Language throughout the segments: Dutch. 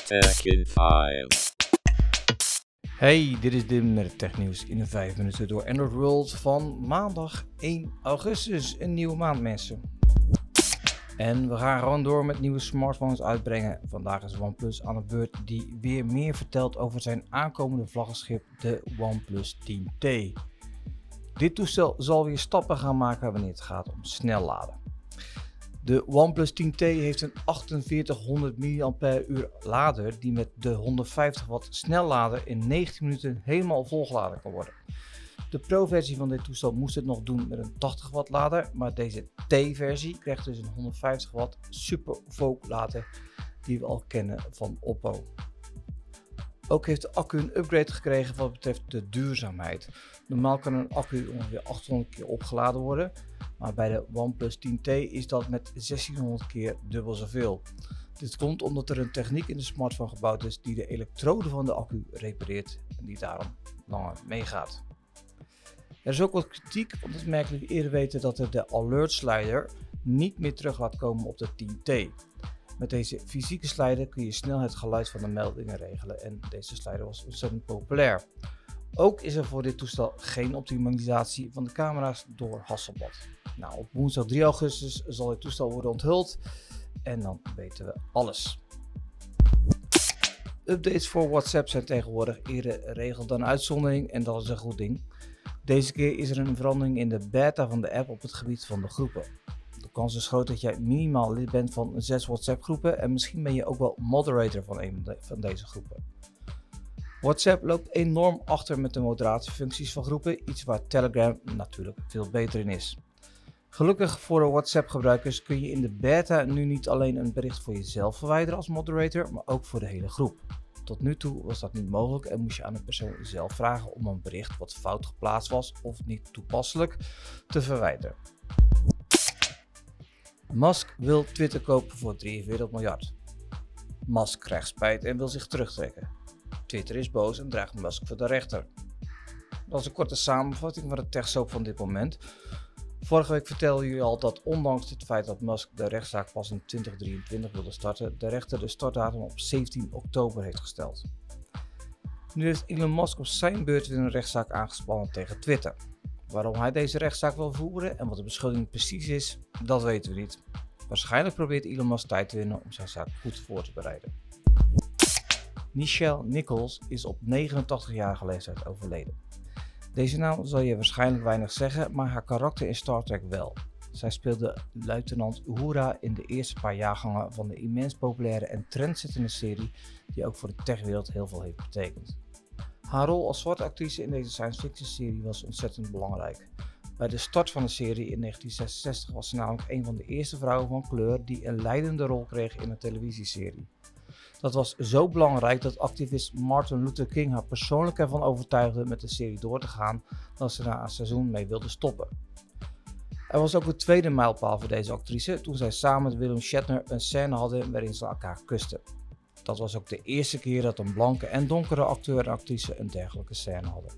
Tech in 5. Hey, dit is Dim met het technieuws in de 5 minuten door Android World van maandag 1 augustus, een nieuwe maand mensen. En we gaan gewoon door met nieuwe smartphones uitbrengen. Vandaag is OnePlus aan de beurt die weer meer vertelt over zijn aankomende vlaggenschip, de OnePlus 10T. Dit toestel zal weer stappen gaan maken wanneer het gaat om snel laden. De OnePlus 10T heeft een 4800 mAh lader die met de 150 watt snellader in 19 minuten helemaal volgeladen kan worden. De Pro-versie van dit toestel moest het nog doen met een 80 watt lader, maar deze T-versie krijgt dus een 150 watt Super Evoke lader die we al kennen van Oppo. Ook heeft de accu een upgrade gekregen wat betreft de duurzaamheid. Normaal kan een accu ongeveer 800 keer opgeladen worden, maar bij de OnePlus 10T is dat met 1600 keer dubbel zoveel. Dit komt omdat er een techniek in de smartphone gebouwd is die de elektroden van de accu repareert en die daarom langer meegaat. Er is ook wat kritiek, want het merken jullie eerder weten dat er de alert slider niet meer terug laat komen op de 10T. Met deze fysieke slider kun je snel het geluid van de meldingen regelen en deze slider was ontzettend populair. Ook is er voor dit toestel geen optimalisatie van de camera's door Hasselblad. Nou, op woensdag 3 augustus zal dit toestel worden onthuld en dan weten we alles. Updates voor WhatsApp zijn tegenwoordig eerder regel dan uitzondering en dat is een goed ding. Deze keer is er een verandering in de beta van de app op het gebied van de groepen. De kans is groot dat jij minimaal lid bent van 6 WhatsApp groepen en misschien ben je ook wel moderator van een van deze groepen. WhatsApp loopt enorm achter met de moderatiefuncties van groepen, iets waar Telegram natuurlijk veel beter in is. Gelukkig voor de WhatsApp gebruikers kun je in de beta nu niet alleen een bericht voor jezelf verwijderen als moderator, maar ook voor de hele groep. Tot nu toe was dat niet mogelijk en moest je aan de persoon zelf vragen om een bericht wat fout geplaatst was of niet toepasselijk te verwijderen. Musk wil Twitter kopen voor 43 miljard. Musk krijgt spijt en wil zich terugtrekken. Twitter is boos en dreigt Musk voor de rechter. Dat is een korte samenvatting van de techsoap van dit moment. Vorige week vertelde jullie al dat ondanks het feit dat Musk de rechtszaak pas in 2023 wilde starten, de rechter de startdatum op 17 oktober heeft gesteld. Nu heeft Elon Musk op zijn beurt weer een rechtszaak aangespannen tegen Twitter. Waarom hij deze rechtszaak wil voeren en wat de beschuldiging precies is, dat weten we niet. Waarschijnlijk probeert Elon Musk tijd te winnen om zijn zaak goed voor te bereiden. Nichelle Nichols is op 89-jarige leeftijd overleden. Deze naam zal je waarschijnlijk weinig zeggen, maar haar karakter in Star Trek wel. Zij speelde luitenant Uhura in de eerste paar jaargangen van de immens populaire en trendzettende serie die ook voor de techwereld heel veel heeft betekend. Haar rol als zwarte actrice in deze science fiction serie was ontzettend belangrijk. Bij de start van de serie in 1966 was ze namelijk een van de eerste vrouwen van kleur die een leidende rol kreeg in een televisieserie. Dat was zo belangrijk dat activist Martin Luther King haar persoonlijk ervan overtuigde met de serie door te gaan dat ze na een seizoen mee wilde stoppen. Er was ook een tweede mijlpaal voor deze actrice toen zij samen met William Shatner een scène hadden waarin ze elkaar kusten. Dat was ook de eerste keer dat een blanke en donkere acteur en actrice een dergelijke scène hadden.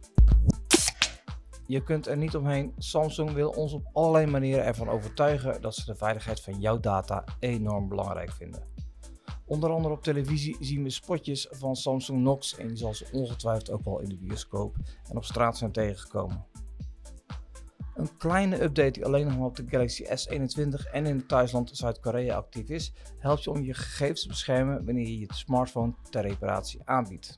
Je kunt er niet omheen, Samsung wil ons op allerlei manieren ervan overtuigen dat ze de veiligheid van jouw data enorm belangrijk vinden. Onder andere op televisie zien we spotjes van Samsung Knox en die zal ze ongetwijfeld ook wel in de bioscoop en op straat zijn tegengekomen. Een kleine update die alleen nog maar op de Galaxy S21 en in het thuisland Zuid-Korea actief is, helpt je om je gegevens te beschermen wanneer je je smartphone ter reparatie aanbiedt.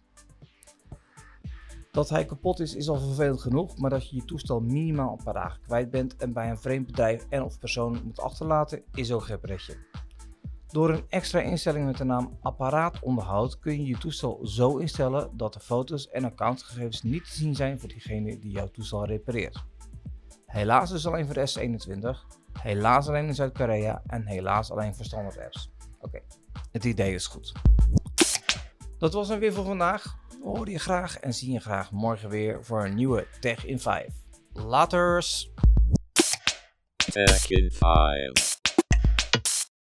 Dat hij kapot is al vervelend genoeg, maar dat je je toestel minimaal een paar dagen kwijt bent en bij een vreemd bedrijf en of persoon moet achterlaten is ook geen pretje. Door een extra instelling met de naam apparaatonderhoud kun je je toestel zo instellen dat de foto's en accountgegevens niet te zien zijn voor diegene die jouw toestel repareert. Helaas dus alleen voor de S21, helaas alleen in Zuid-Korea en helaas alleen voor standaard apps. Oké, het idee is goed. Dat was hem weer voor vandaag. We horen je graag en zien je graag morgen weer voor een nieuwe Tech in 5. Laters! Tech in 5.